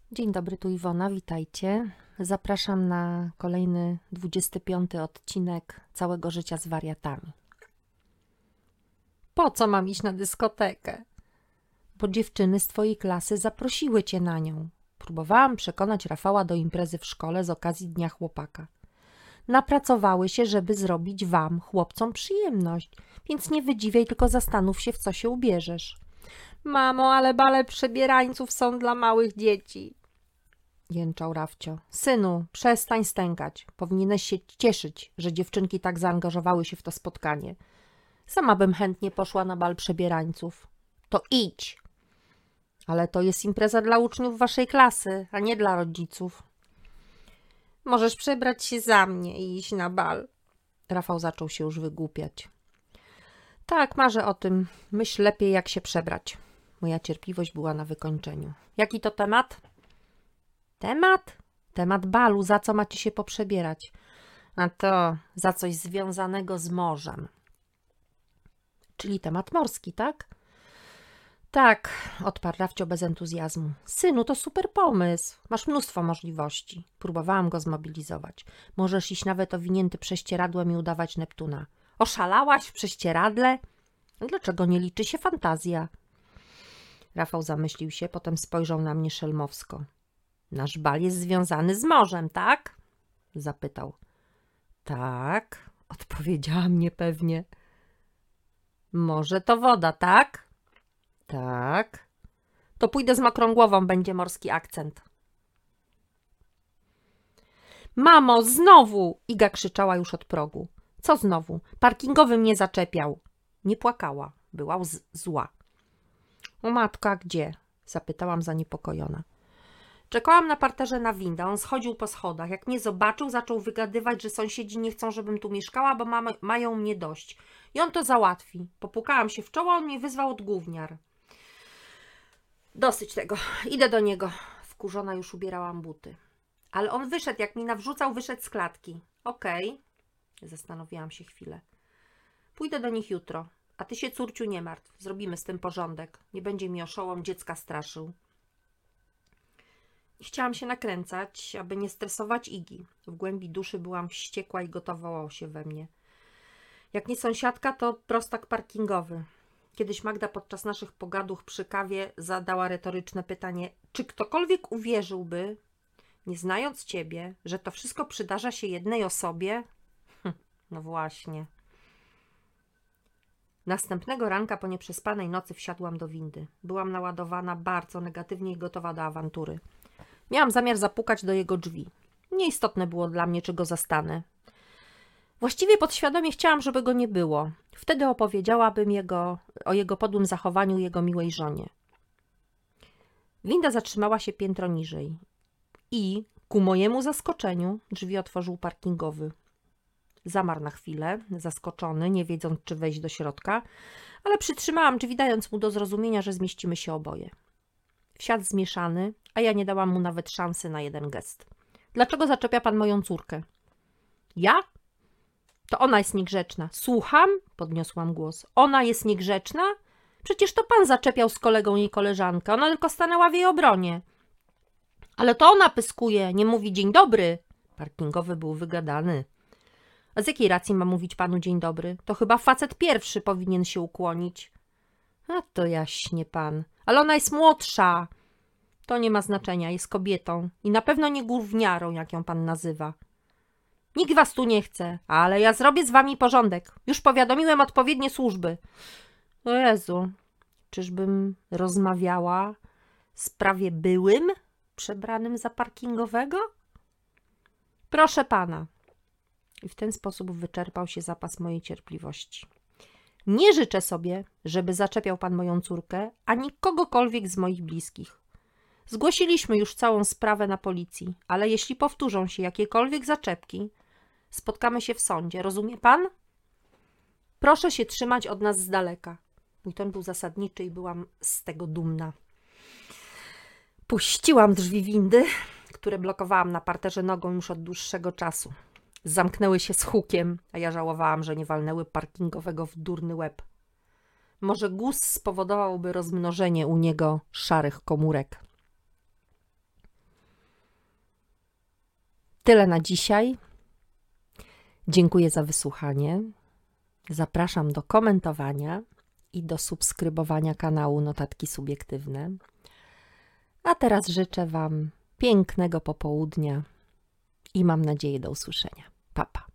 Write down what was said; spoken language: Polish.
Dzień dobry, tu Iwona, witajcie. Zapraszam na kolejny 25 odcinek Całego życia z wariatami. Po co mam iść na dyskotekę? Bo dziewczyny z twojej klasy zaprosiły cię na nią. Próbowałam przekonać Rafała do imprezy w szkole z okazji Dnia Chłopaka. Napracowały się, żeby zrobić wam, chłopcom, przyjemność, więc nie wydziwiaj, tylko zastanów się, w co się ubierzesz. Mamo, ale bale przebierańców są dla małych dzieci. Jęczał Rafcio. Synu, przestań stękać. Powinieneś się cieszyć, że dziewczynki tak zaangażowały się w to spotkanie. Sama bym chętnie poszła na bal przebierańców. To idź. Ale to jest impreza dla uczniów waszej klasy, a nie dla rodziców. Możesz przebrać się za mnie i iść na bal. Rafał zaczął się już wygłupiać. Tak, marzę o tym. Myśl lepiej, jak się przebrać. Moja cierpliwość była na wykończeniu. Jaki to temat? Temat? Temat balu, za co macie się poprzebierać? A to za coś związanego z morzem. Czyli temat morski, tak? Tak, odparł Rafcio bez entuzjazmu. Synu, to super pomysł. Masz mnóstwo możliwości. Próbowałam go zmobilizować. Możesz iść nawet owinięty prześcieradłem i udawać Neptuna. Oszalałaś w prześcieradle? Dlaczego nie liczy się fantazja? Rafał zamyślił się, potem spojrzał na mnie szelmowsko. Nasz bal jest związany z morzem, tak? Zapytał. Tak, odpowiedziałam niepewnie. Morze to woda, tak? Tak. To pójdę z mokrą głową, będzie morski akcent. Mamo, znowu! Iga krzyczała już od progu. Co znowu? Parkingowy mnie zaczepiał. Nie płakała, była zła. O matko, a gdzie? Zapytałam zaniepokojona. Czekałam na parterze na windę, on schodził po schodach. Jak mnie zobaczył, zaczął wygadywać, że sąsiedzi nie chcą, żebym tu mieszkała, bo mają mnie dość. I on to załatwi. Popukałam się w czoło, on mnie wyzwał od gówniar. Dosyć tego, idę do niego. Wkurzona już ubierałam buty. Ale on wyszedł, jak mi nawrzucał, wyszedł z klatki. Okej. Zastanowiłam się chwilę. Pójdę do nich jutro, a ty się, córciu, nie martw. Zrobimy z tym porządek. Nie będzie mi oszołom dziecka straszył. Chciałam się nakręcać, aby nie stresować Igi. W głębi duszy byłam wściekła i gotowało się we mnie. Jak nie sąsiadka, to prostak parkingowy. Kiedyś Magda podczas naszych pogaduch przy kawie zadała retoryczne pytanie, czy ktokolwiek uwierzyłby, nie znając ciebie, że to wszystko przydarza się jednej osobie? No właśnie. Następnego ranka po nieprzespanej nocy wsiadłam do windy. Byłam naładowana bardzo negatywnie i gotowa do awantury. Miałam zamiar zapukać do jego drzwi. Nieistotne było dla mnie, czy go zastanę. Właściwie podświadomie chciałam, żeby go nie było. Wtedy opowiedziałabym o jego podłym zachowaniu jego miłej żonie. Winda zatrzymała się piętro niżej i, ku mojemu zaskoczeniu, drzwi otworzył parkingowy. Zamarł na chwilę, zaskoczony, nie wiedząc, czy wejść do środka, ale przytrzymałam drzwi, dając mu do zrozumienia, że zmieścimy się oboje. Wsiadł zmieszany, a ja nie dałam mu nawet szansy na jeden gest. Dlaczego zaczepia pan moją córkę? Ja? To ona jest niegrzeczna. Słucham? Podniosłam głos. Ona jest niegrzeczna? Przecież to pan zaczepiał z kolegą jej koleżankę. Ona tylko stanęła w jej obronie. Ale to ona pyskuje, nie mówi dzień dobry. Parkingowy był wygadany. A z jakiej racji ma mówić panu dzień dobry? To chyba facet pierwszy powinien się ukłonić. A to jaśnie pan. Ale ona jest młodsza. To nie ma znaczenia, jest kobietą i na pewno nie gówniarą, jak ją pan nazywa. Nikt was tu nie chce, ale ja zrobię z wami porządek. Już powiadomiłem odpowiednie służby. O Jezu, czyżbym rozmawiała z prawie byłym przebranym za parkingowego? Proszę pana. I w ten sposób wyczerpał się zapas mojej cierpliwości. Nie życzę sobie, żeby zaczepiał pan moją córkę, ani kogokolwiek z moich bliskich. Zgłosiliśmy już całą sprawę na policji, ale jeśli powtórzą się jakiekolwiek zaczepki, spotkamy się w sądzie. Rozumie pan? Proszę się trzymać od nas z daleka. Mój ton był zasadniczy i byłam z tego dumna. Puściłam drzwi windy, które blokowałam na parterze nogą już od dłuższego czasu. Zamknęły się z hukiem, a ja żałowałam, że nie walnęły parkingowego w durny łeb. Może guz spowodowałby rozmnożenie u niego szarych komórek. Tyle na dzisiaj. Dziękuję za wysłuchanie. Zapraszam do komentowania i do subskrybowania kanału Notatki Subiektywne. A teraz życzę Wam pięknego popołudnia i mam nadzieję do usłyszenia. Pa, pa.